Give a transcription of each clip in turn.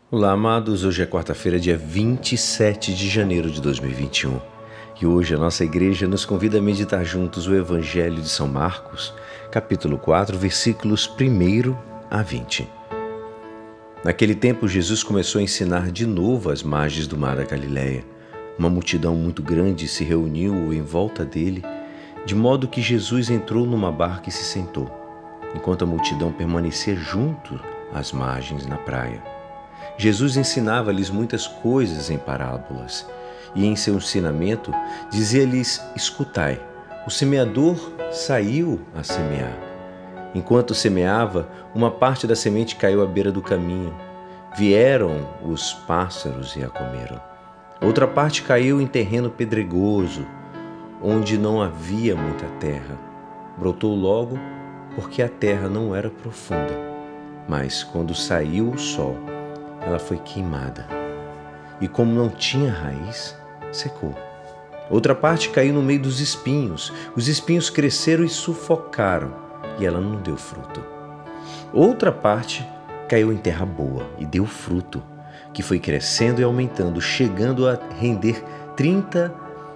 Olá, amados. Hoje é quarta-feira, dia 27 de janeiro de 2021. E hoje a nossa igreja nos convida a meditar juntos o Evangelho de São Marcos, capítulo 4, versículos 1 a 20. Naquele tempo, Jesus começou a ensinar de novo às margens do mar da Galileia. Uma multidão muito grande se reuniu em volta dele, de modo que Jesus entrou numa barca e se sentou, enquanto a multidão permanecia junto às margens na praia. Jesus ensinava-lhes muitas coisas em parábolas, e em seu ensinamento dizia-lhes: escutai, o semeador saiu a semear. Enquanto semeava, uma parte da semente caiu à beira do caminho. Vieram os pássaros e a comeram. Outra parte caiu em terreno pedregoso, onde não havia muita terra. Brotou logo, porque a terra não era profunda. Mas quando saiu o sol, ela foi queimada. E como não tinha raiz, secou. Outra parte caiu no meio dos espinhos. Os espinhos cresceram e sufocaram, e ela não deu fruto. Outra parte caiu em terra boa e deu fruto, que foi crescendo e aumentando, chegando a render 30,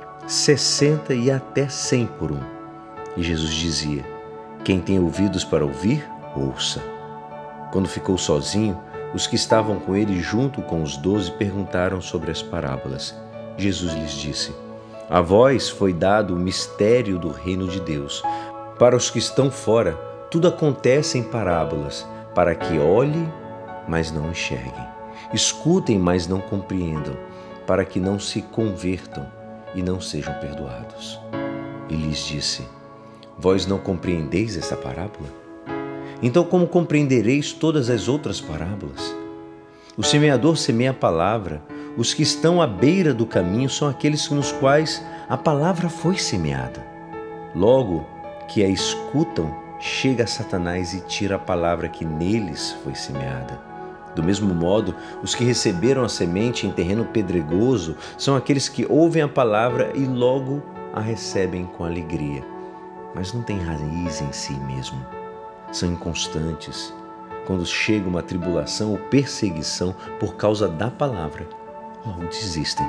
60 e até 100 por um. E Jesus dizia: quem tem ouvidos para ouvir, ouça. Quando ficou sozinho, os que estavam com ele junto com os 12 perguntaram sobre as parábolas. Jesus lhes disse: a vós foi dado o mistério do reino de Deus. Para os que estão fora, tudo acontece em parábolas, para que olhem, mas não enxerguem, escutem, mas não compreendam, para que não se convertam e não sejam perdoados. E lhes disse: vós não compreendeis essa parábola? Então como compreendereis todas as outras parábolas? O semeador semeia a palavra. Os que estão à beira do caminho são aqueles nos quais a palavra foi semeada. Logo que a escutam, chega Satanás e tira a palavra que neles foi semeada. Do mesmo modo, os que receberam a semente em terreno pedregoso são aqueles que ouvem a palavra e logo a recebem com alegria, mas não têm raiz em si mesmo. São inconstantes. Quando chega uma tribulação ou perseguição por causa da palavra, logo desistem.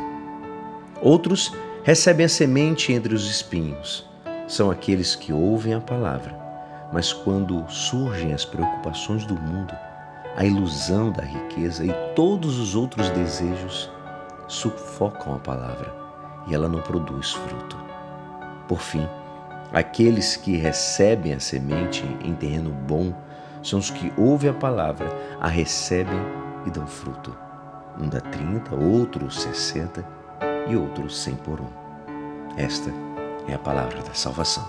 Outros recebem a semente entre os espinhos. São aqueles que ouvem a palavra, mas quando surgem as preocupações do mundo, a ilusão da riqueza e todos os outros desejos, sufocam a palavra e ela não produz fruto. Por fim, aqueles que recebem a semente em terreno bom são os que ouvem a palavra, a recebem e dão fruto. Um dá 30, outro 60 e outro 100 por um. Esta é a palavra da salvação.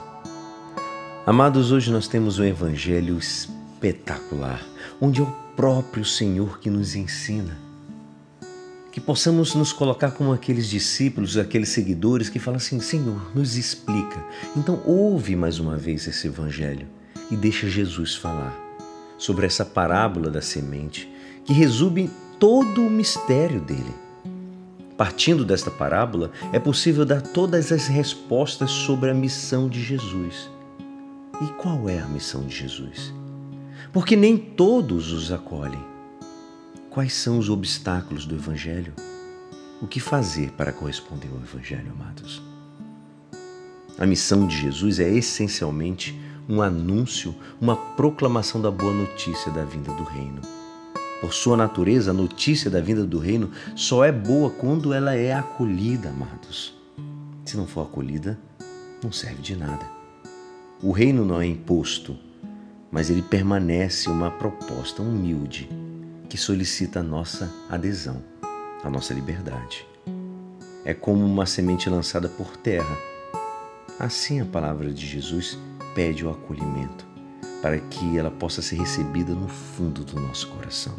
Amados, hoje nós temos um evangelho espetacular, onde é o próprio Senhor que nos ensina. Que possamos nos colocar como aqueles discípulos, aqueles seguidores que falam assim: Senhor, nos explica. Então ouve mais uma vez esse evangelho e deixa Jesus falar sobre essa parábola da semente, que resume todo o mistério dele. Partindo desta parábola, é possível dar todas as respostas sobre a missão de Jesus. E qual é a missão de Jesus? Porque nem todos os acolhem. Quais são os obstáculos do Evangelho? O que fazer para corresponder ao Evangelho, amados? A missão de Jesus é essencialmente um anúncio, uma proclamação da boa notícia da vinda do reino. Por sua natureza, a notícia da vinda do reino só é boa quando ela é acolhida, amados. Se não for acolhida, não serve de nada. O reino não é imposto, mas ele permanece uma proposta humilde que solicita a nossa adesão, a nossa liberdade. É como uma semente lançada por terra. Assim a palavra de Jesus pede o acolhimento, para que ela possa ser recebida no fundo do nosso coração.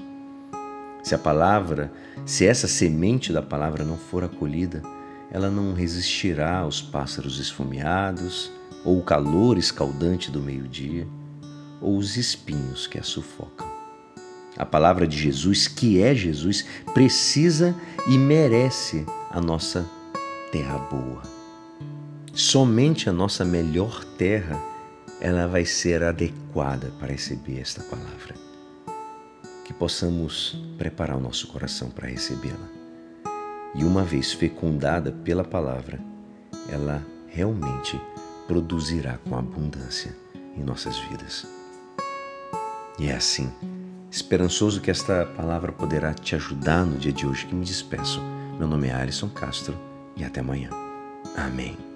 Se essa semente da palavra não for acolhida, ela não resistirá aos pássaros esfomeados, ou o calor escaldante do meio-dia, ou os espinhos que a sufocam. A palavra de Jesus, que é Jesus, precisa e merece a nossa terra boa. Somente a nossa melhor terra ela vai ser adequada para receber esta palavra. Que que possamos preparar o nosso coração para recebê-la. E uma vez fecundada pela palavra, ela realmente produzirá com abundância em nossas vidas. E é assim, esperançoso que esta palavra poderá te ajudar no dia de hoje, que me despeço. Meu nome é Alisson Castro e até amanhã. Amém.